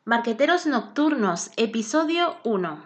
Marqueteros Nocturnos, episodio 1.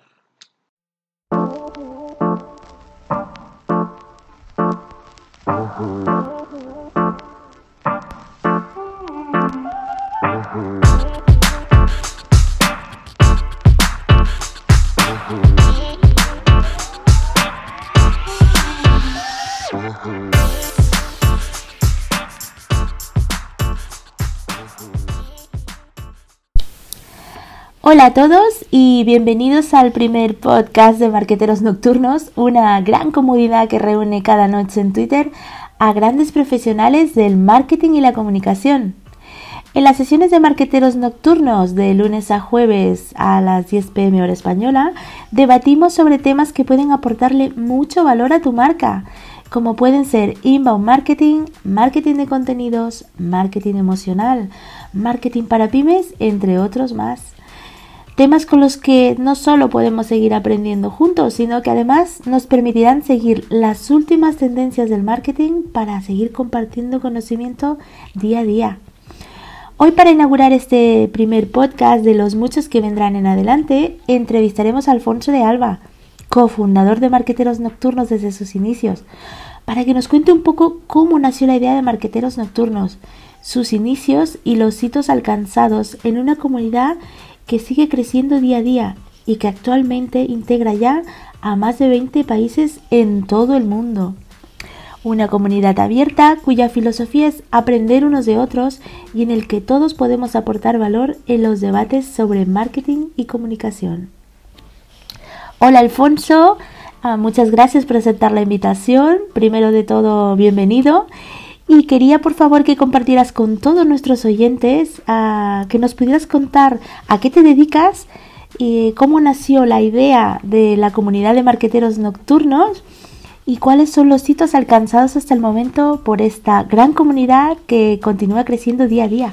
Hola a todos y bienvenidos al primer podcast de Marqueteros Nocturnos, una gran comunidad que reúne cada noche en Twitter a grandes profesionales del marketing y la comunicación. En las sesiones de Marqueteros Nocturnos de lunes a jueves a las 10 p.m. hora española, debatimos sobre temas que pueden aportarle mucho valor a tu marca, como pueden ser inbound marketing, marketing de contenidos, marketing emocional, marketing para pymes, entre otros más. Temas con los que no solo podemos seguir aprendiendo juntos, sino que además nos permitirán seguir las últimas tendencias del marketing para seguir compartiendo conocimiento día a día. Hoy, para inaugurar este primer podcast de los muchos que vendrán en adelante, entrevistaremos a Alfonso de Alba, cofundador de Marqueteros Nocturnos desde sus inicios, para que nos cuente un poco cómo nació la idea de Marqueteros Nocturnos, sus inicios y los hitos alcanzados en una comunidad que sigue creciendo día a día y que actualmente integra ya a más de 20 países en todo el mundo. Una comunidad abierta cuya filosofía es aprender unos de otros y en el que todos podemos aportar valor en los debates sobre marketing y comunicación. Hola Alfonso, muchas gracias por aceptar la invitación. Primero de todo, bienvenido. Y quería, por favor, que compartieras con todos nuestros oyentes, que nos pudieras contar a qué te dedicas y cómo nació la idea de la comunidad de Marqueteros Nocturnos y cuáles son los hitos alcanzados hasta el momento por esta gran comunidad que continúa creciendo día a día.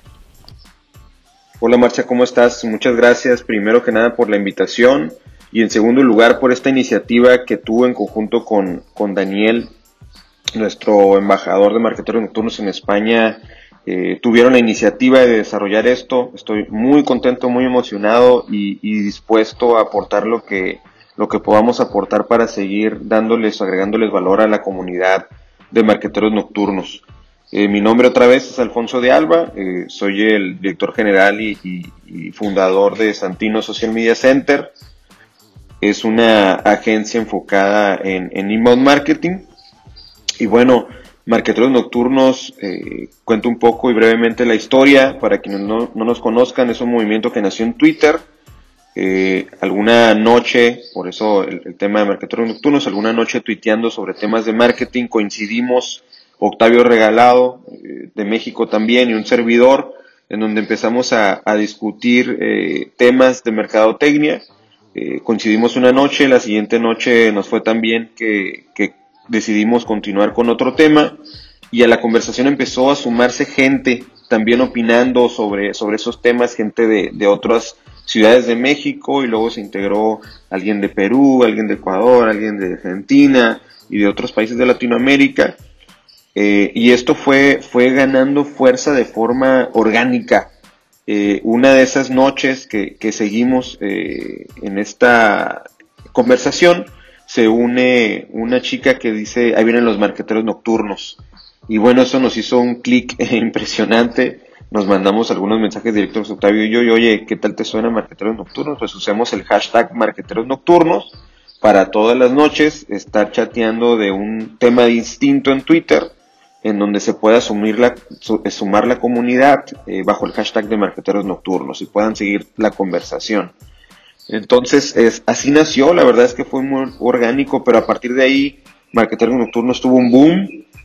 Hola Marcia, ¿cómo estás? Muchas gracias, primero que nada, por la invitación y en segundo lugar por esta iniciativa que tú en conjunto con Daniel, nuestro embajador de Marqueteros Nocturnos en España, tuvieron la iniciativa de desarrollar esto. Estoy muy contento, muy emocionado y dispuesto a aportar lo que podamos aportar para seguir agregándoles valor a la comunidad de Marqueteros Nocturnos. Mi nombre otra vez es Alfonso de Alba, soy el director general y fundador de Santino Social Media Center. Es una agencia enfocada en inbound marketing. Y bueno, Marqueteros Nocturnos, cuento un poco y brevemente la historia para quienes no nos conozcan. Es un movimiento que nació en Twitter. Alguna noche, por eso el tema de Marqueteros Nocturnos, alguna noche tuiteando sobre temas de marketing, coincidimos Octavio Regalado, de México también, y un servidor, en donde empezamos a discutir temas de mercadotecnia. Coincidimos una noche, la siguiente noche nos fue tan bien que decidimos continuar con otro tema y a la conversación empezó a sumarse gente también opinando sobre esos temas, gente de otras ciudades de México, y luego se integró alguien de Perú, alguien de Ecuador, alguien de Argentina y de otros países de Latinoamérica, y esto fue ganando fuerza de forma orgánica. Una de esas noches que seguimos en esta conversación, se une una chica que dice, ahí vienen los Marqueteros Nocturnos. Y bueno, eso nos hizo un clic impresionante. Nos mandamos algunos mensajes directos, Octavio y yo, y oye, ¿qué tal te suena Marqueteros Nocturnos? Pues usemos el hashtag Marqueteros Nocturnos para todas las noches estar chateando de un tema distinto en Twitter, en donde se pueda sumar la comunidad bajo el hashtag de Marqueteros Nocturnos y puedan seguir la conversación. Entonces, así nació. La verdad es que fue muy orgánico, pero a partir de ahí, Marqueteros Nocturnos tuvo un boom.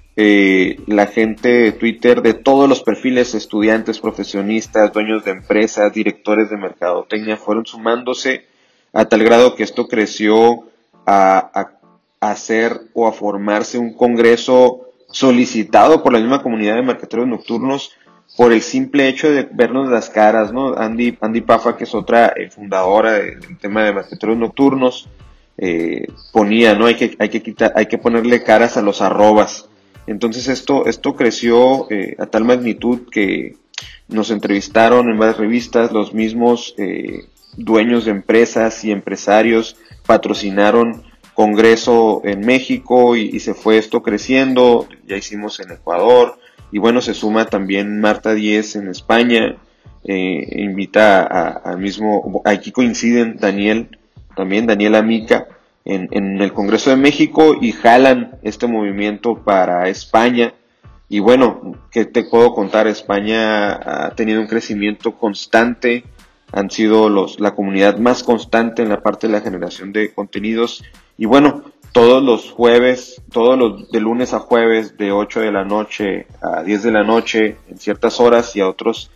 La gente de Twitter, de todos los perfiles, estudiantes, profesionistas, dueños de empresas, directores de mercadotecnia, fueron sumándose a tal grado que esto creció a hacer o a formarse un congreso solicitado por la misma comunidad de Marqueteros Nocturnos, por el simple hecho de vernos las caras, ¿no? Andy Paffa, que es otra fundadora del tema de Marqueteros Nocturnos, ponía, ¿no? Hay que ponerle caras a los arrobas. Entonces esto creció a tal magnitud que Nos entrevistaron en varias revistas, los mismos dueños de empresas y empresarios patrocinaron congreso en México y se fue esto creciendo. Ya hicimos en Ecuador y bueno, se suma también Marta Díez en España, invita al mismo, aquí coinciden Daniel Amica en el Congreso de México y jalan este movimiento para España. Y bueno, ¿qué te puedo contar? España ha tenido un crecimiento constante, han sido la comunidad más constante en la parte de la generación de contenidos. Y bueno, todos los jueves, de lunes a jueves, de 8 de la noche a 10 de la noche, en ciertas horas, y a otros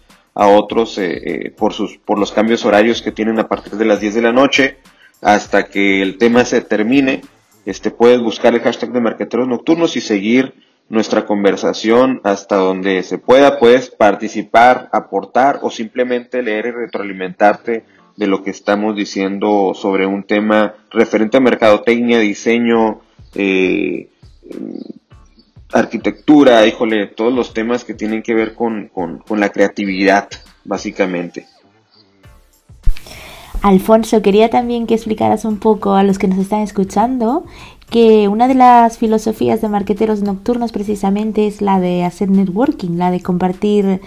por los cambios horarios que tienen a partir de las 10 de la noche, hasta que el tema se termine, puedes buscar el hashtag de Marqueteros Nocturnos y seguir nuestra conversación hasta donde se pueda. Puedes participar, aportar o simplemente leer y retroalimentarte de lo que estamos diciendo sobre un tema referente a mercadotecnia, diseño, arquitectura, todos los temas que tienen que ver con la creatividad, básicamente. Alfonso, quería también que explicaras un poco a los que nos están escuchando que una de las filosofías de Marqueteros Nocturnos precisamente es la de hacer networking, la de compartir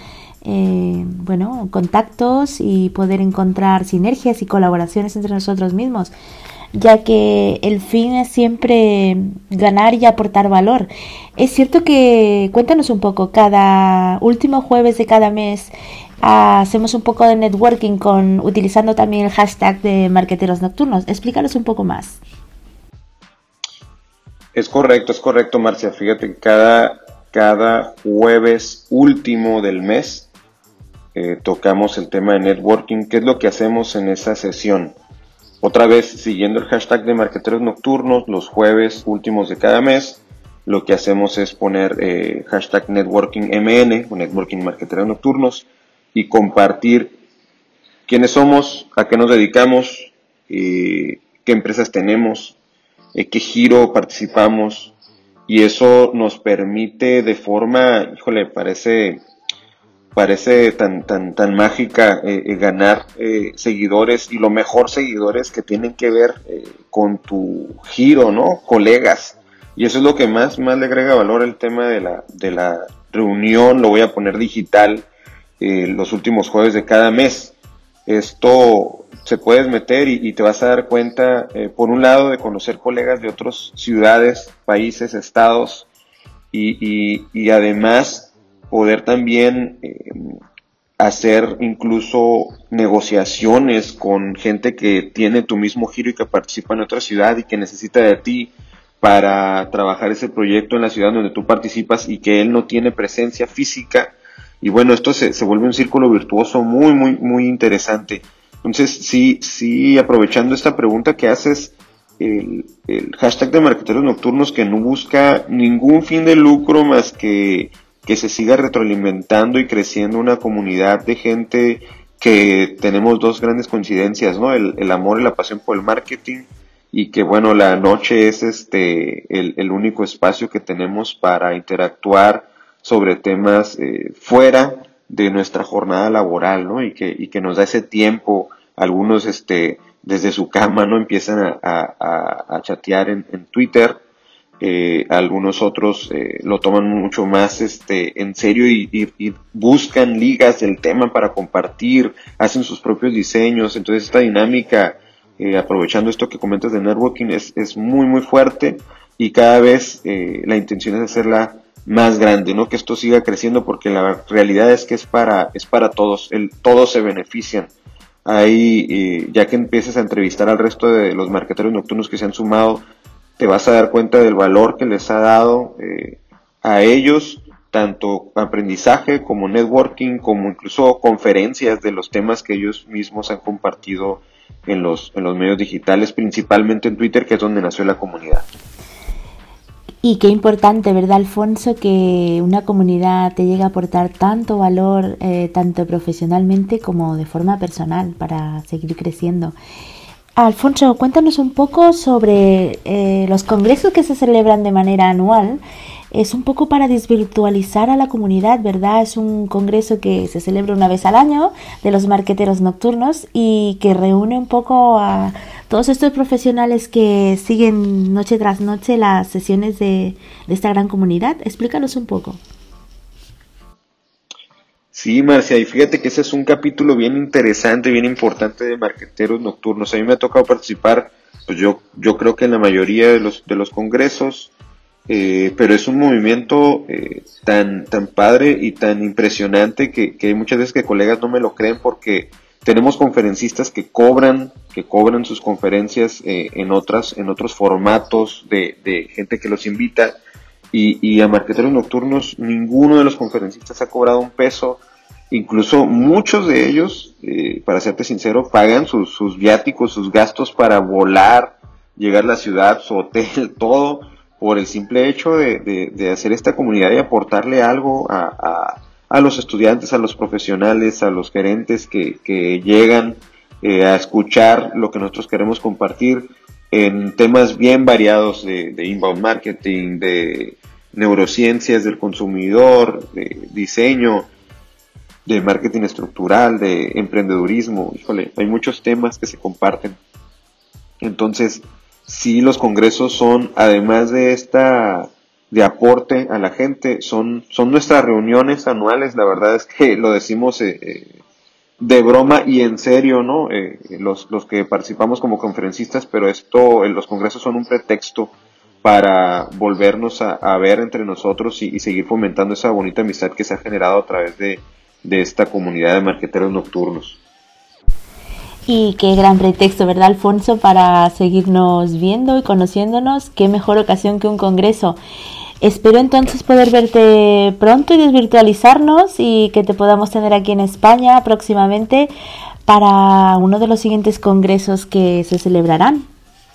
contactos y poder encontrar sinergias y colaboraciones entre nosotros mismos, ya que el fin es siempre ganar y aportar valor. Es cierto que, cuéntanos un poco, cada último jueves de cada mes hacemos un poco de networking utilizando también el hashtag de Marqueteros Nocturnos. Explícanos un poco más. Es correcto, Marcia. Fíjate que cada jueves último del mes tocamos el tema de networking. ¿Qué es lo que hacemos en esa sesión? Otra vez, siguiendo el hashtag de Marqueteros Nocturnos, los jueves últimos de cada mes, lo que hacemos es poner hashtag networkingmn o networking Marqueteros Nocturnos y compartir quiénes somos, a qué nos dedicamos, qué empresas tenemos, qué giro participamos, y eso nos permite de forma, parece tan mágica, ganar seguidores, y lo mejor seguidores que tienen que ver con tu giro, ¿no? Colegas. Y eso es lo que más le agrega valor el tema de la reunión. Lo voy a poner digital los últimos jueves de cada mes. Esto se puedes meter y te vas a dar cuenta, por un lado, de conocer colegas de otras ciudades, países, estados, y además poder también hacer incluso negociaciones con gente que tiene tu mismo giro y que participa en otra ciudad y que necesita de ti para trabajar ese proyecto en la ciudad donde tú participas y que él no tiene presencia física. Y bueno, esto se vuelve un círculo virtuoso muy interesante. Entonces, sí, aprovechando esta pregunta que haces, el hashtag de Marqueteros Nocturnos, que no busca ningún fin de lucro más que se siga retroalimentando y creciendo una comunidad de gente que tenemos dos grandes coincidencias, ¿no? El amor y la pasión por el marketing, y que bueno, la noche es el único espacio que tenemos para interactuar sobre temas fuera de nuestra jornada laboral, ¿no? Y que nos da ese tiempo. Algunos desde su cama, ¿no? Empiezan a chatear en Twitter. Algunos otros lo toman mucho más en serio y buscan ligas del tema para compartir, hacen sus propios diseños. Entonces esta dinámica, aprovechando esto que comentas de networking, es muy fuerte, y cada vez la intención es hacerla más grande, ¿no? Que esto siga creciendo, porque la realidad es que es para todos, todos se benefician. Ahí, ya que empieces a entrevistar al resto de los marqueteros nocturnos que se han sumado, te vas a dar cuenta del valor que les ha dado a ellos, tanto aprendizaje como networking, como incluso conferencias de los temas que ellos mismos han compartido en los medios digitales, principalmente en Twitter, que es donde nació la comunidad. Y qué importante, ¿verdad, Alfonso? Que una comunidad te llegue a aportar tanto valor, tanto profesionalmente como de forma personal, para seguir creciendo. Alfonso, cuéntanos un poco sobre los congresos que se celebran de manera anual. Es un poco para desvirtualizar a la comunidad, ¿verdad? Es un congreso que se celebra una vez al año de los marqueteros nocturnos y que reúne un poco a todos estos profesionales que siguen noche tras noche las sesiones de esta gran comunidad. Explícanos un poco. Sí, Marcia, y fíjate que ese es un capítulo bien interesante, bien importante de Marqueteros Nocturnos. A mí me ha tocado participar, pues yo creo que en la mayoría de los congresos, pero es un movimiento tan padre y tan impresionante que hay muchas veces que colegas no me lo creen porque tenemos conferencistas que cobran sus conferencias en otros formatos de gente que los invita. Y a Marqueteros Nocturnos ninguno de los conferencistas ha cobrado un peso, incluso muchos de ellos, para serte sincero, pagan sus viáticos, sus gastos para volar, llegar a la ciudad, su hotel, todo, por el simple hecho de hacer esta comunidad y aportarle algo a los estudiantes, a los profesionales, a los gerentes que llegan a escuchar lo que nosotros queremos compartir en temas bien variados de inbound marketing, de neurociencias del consumidor, de diseño, de marketing estructural, de emprendedurismo. Híjole, hay muchos temas que se comparten. Entonces, sí, los congresos son, además de aporte a la gente, son nuestras reuniones anuales. La verdad es que lo decimos de broma y en serio, ¿no? Los que participamos como conferencistas, pero los congresos son un pretexto para volvernos a ver entre nosotros y seguir fomentando esa bonita amistad que se ha generado a través de esta comunidad de marqueteros nocturnos. Y qué gran pretexto, ¿verdad, Alfonso? Para seguirnos viendo y conociéndonos. Qué mejor ocasión que un congreso. Espero entonces poder verte pronto y desvirtualizarnos y que te podamos tener aquí en España próximamente para uno de los siguientes congresos que se celebrarán.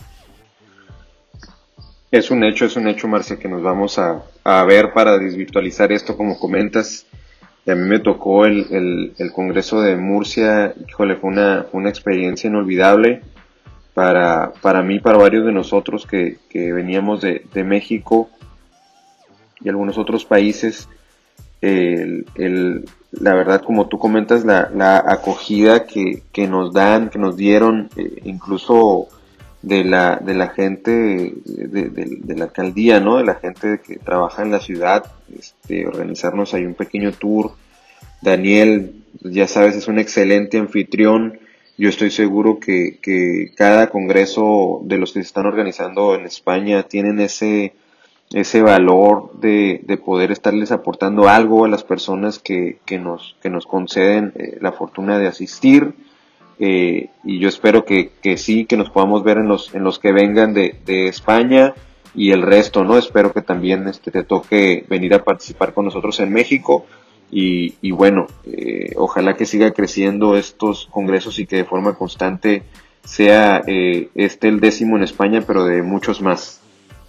Es un hecho, Marcia, que nos vamos a ver para desvirtualizar esto, como comentas. Y a mí me tocó el Congreso de Murcia. Híjole, fue una experiencia inolvidable para mí, para varios de nosotros que veníamos de México y algunos otros países. La verdad, como tú comentas, la acogida que nos dieron, incluso de la gente de la alcaldía, ¿no? De la gente que trabaja en la ciudad, organizarnos ahí un pequeño tour. Daniel, ya sabes, es un excelente anfitrión. Yo estoy seguro que cada congreso de los que se están organizando en España tienen ese valor de poder estarles aportando algo a las personas que nos conceden la fortuna de asistir. Y yo espero que sí, que nos podamos ver en los que vengan de España y el resto, ¿no? Espero que también te toque venir a participar con nosotros en México y bueno, ojalá que siga creciendo estos congresos y que de forma constante sea el 10º en España, pero de muchos más.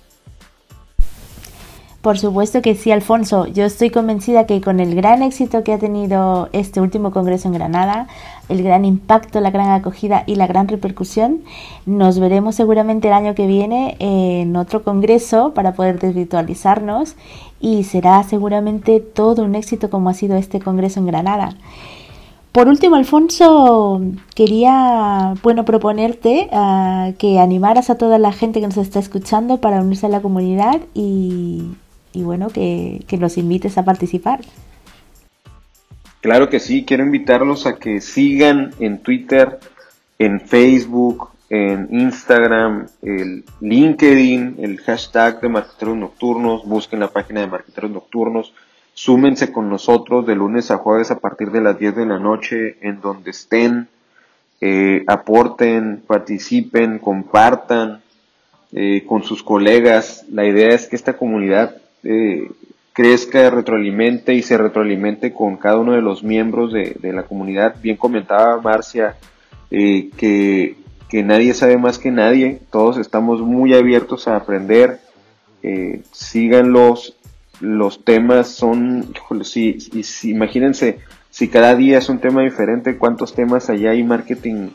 Por supuesto que sí, Alfonso. Yo estoy convencida que con el gran éxito que ha tenido este último congreso en Granada, el gran impacto, la gran acogida y la gran repercusión, nos veremos seguramente el año que viene en otro congreso para poder desvirtualizarnos y será seguramente todo un éxito como ha sido este congreso en Granada. Por último, Alfonso, quería proponerte que animaras a toda la gente que nos está escuchando para unirse a la comunidad y que los invites a participar. Claro que sí, quiero invitarlos a que sigan en Twitter, en Facebook, en Instagram, el LinkedIn, el hashtag de Marqueteros Nocturnos, busquen la página de Marqueteros Nocturnos, súmense con nosotros de lunes a jueves a partir de las 10 de la noche, en donde estén, aporten, participen, compartan con sus colegas. La idea es que esta comunidad crezca, retroalimente y se retroalimente con cada uno de los miembros de la comunidad. Bien comentaba Marcia que nadie sabe más que nadie, todos estamos muy abiertos a aprender. Síganlos, los temas son, imagínense, si cada día es un tema diferente, cuántos temas allá hay marketing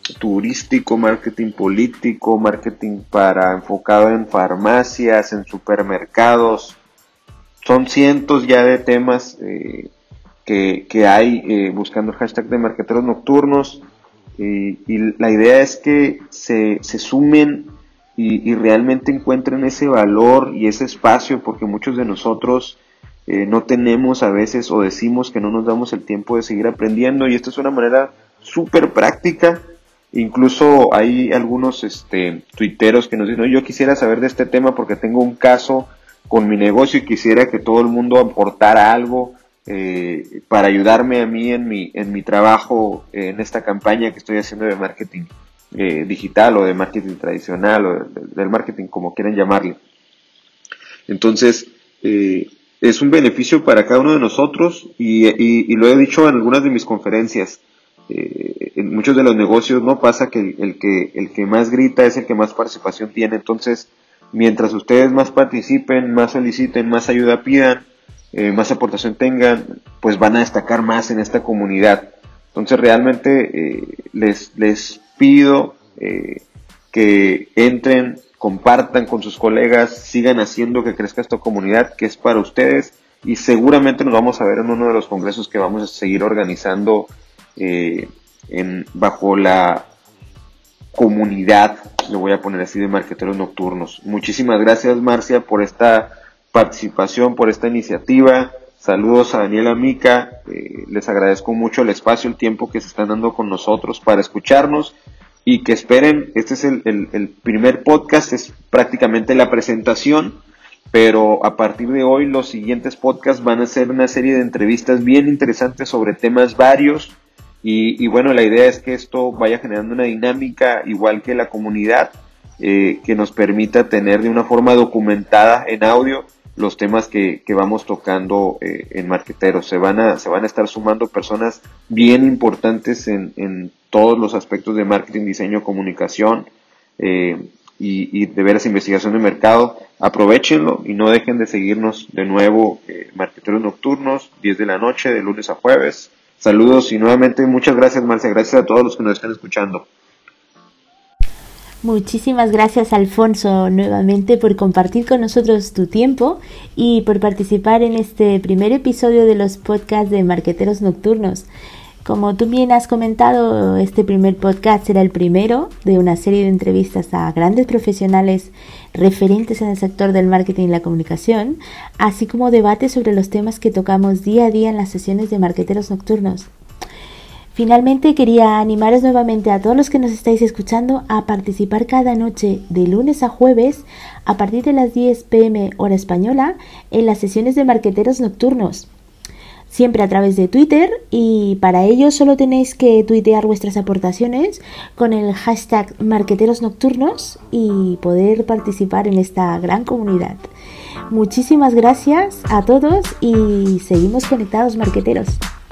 turístico, marketing político, marketing enfocado en farmacias, en supermercados. Son cientos ya de temas que hay buscando el hashtag de Marqueteros Nocturnos, y la idea es que se sumen y realmente encuentren ese valor y ese espacio, porque muchos de nosotros no tenemos a veces, o decimos que no nos damos el tiempo de seguir aprendiendo, y esta es una manera súper práctica. Incluso hay algunos tuiteros que nos dicen: yo quisiera saber de este tema porque tengo un caso con mi negocio y quisiera que todo el mundo aportara algo para ayudarme a mí en mi trabajo, en esta campaña que estoy haciendo de marketing digital, o de marketing tradicional, o del marketing, como quieran llamarle. Entonces, es un beneficio para cada uno de nosotros, y lo he dicho en algunas de mis conferencias. En muchos de los negocios no pasa que el que más grita es el que más participación tiene. Entonces, mientras ustedes más participen, más soliciten, más ayuda pidan, más aportación tengan, pues van a destacar más en esta comunidad. Entonces, realmente les pido que entren, compartan con sus colegas, sigan haciendo que crezca esta comunidad que es para ustedes, y seguramente nos vamos a ver en uno de los congresos que vamos a seguir organizando bajo la comunidad, lo voy a poner así, de Marqueteros Nocturnos. Muchísimas gracias, Marcia, por esta participación, por esta iniciativa. Saludos a Daniela, Mica, les agradezco mucho el espacio, el tiempo que se están dando con nosotros para escucharnos, y que esperen, este es el primer podcast, es prácticamente la presentación, pero a partir de hoy los siguientes podcasts van a ser una serie de entrevistas bien interesantes sobre temas varios, y bueno, la idea es que esto vaya generando una dinámica igual que la comunidad, que nos permita tener de una forma documentada en audio los temas que vamos tocando en Marqueteros. Se van a estar sumando personas bien importantes en todos los aspectos de marketing, diseño, comunicación, y de veras investigación de mercado. Aprovechenlo y no dejen de seguirnos de nuevo, Marqueteros Nocturnos, 10 de la noche, de lunes a jueves. Saludos, y nuevamente muchas gracias, Marcia. Gracias a todos los que nos están escuchando. Muchísimas gracias, Alfonso, nuevamente por compartir con nosotros tu tiempo y por participar en este primer episodio de los podcasts de Marqueteros Nocturnos. Como tú bien has comentado, este primer podcast será el primero de una serie de entrevistas a grandes profesionales referentes en el sector del marketing y la comunicación, así como debates sobre los temas que tocamos día a día en las sesiones de Marqueteros Nocturnos. Finalmente, quería animaros nuevamente a todos los que nos estáis escuchando a participar cada noche de lunes a jueves a partir de las 10 p.m. hora española en las sesiones de Marqueteros Nocturnos, siempre a través de Twitter, y para ello solo tenéis que tuitear vuestras aportaciones con el hashtag Marqueteros Nocturnos y poder participar en esta gran comunidad. Muchísimas gracias a todos y seguimos conectados, marqueteros.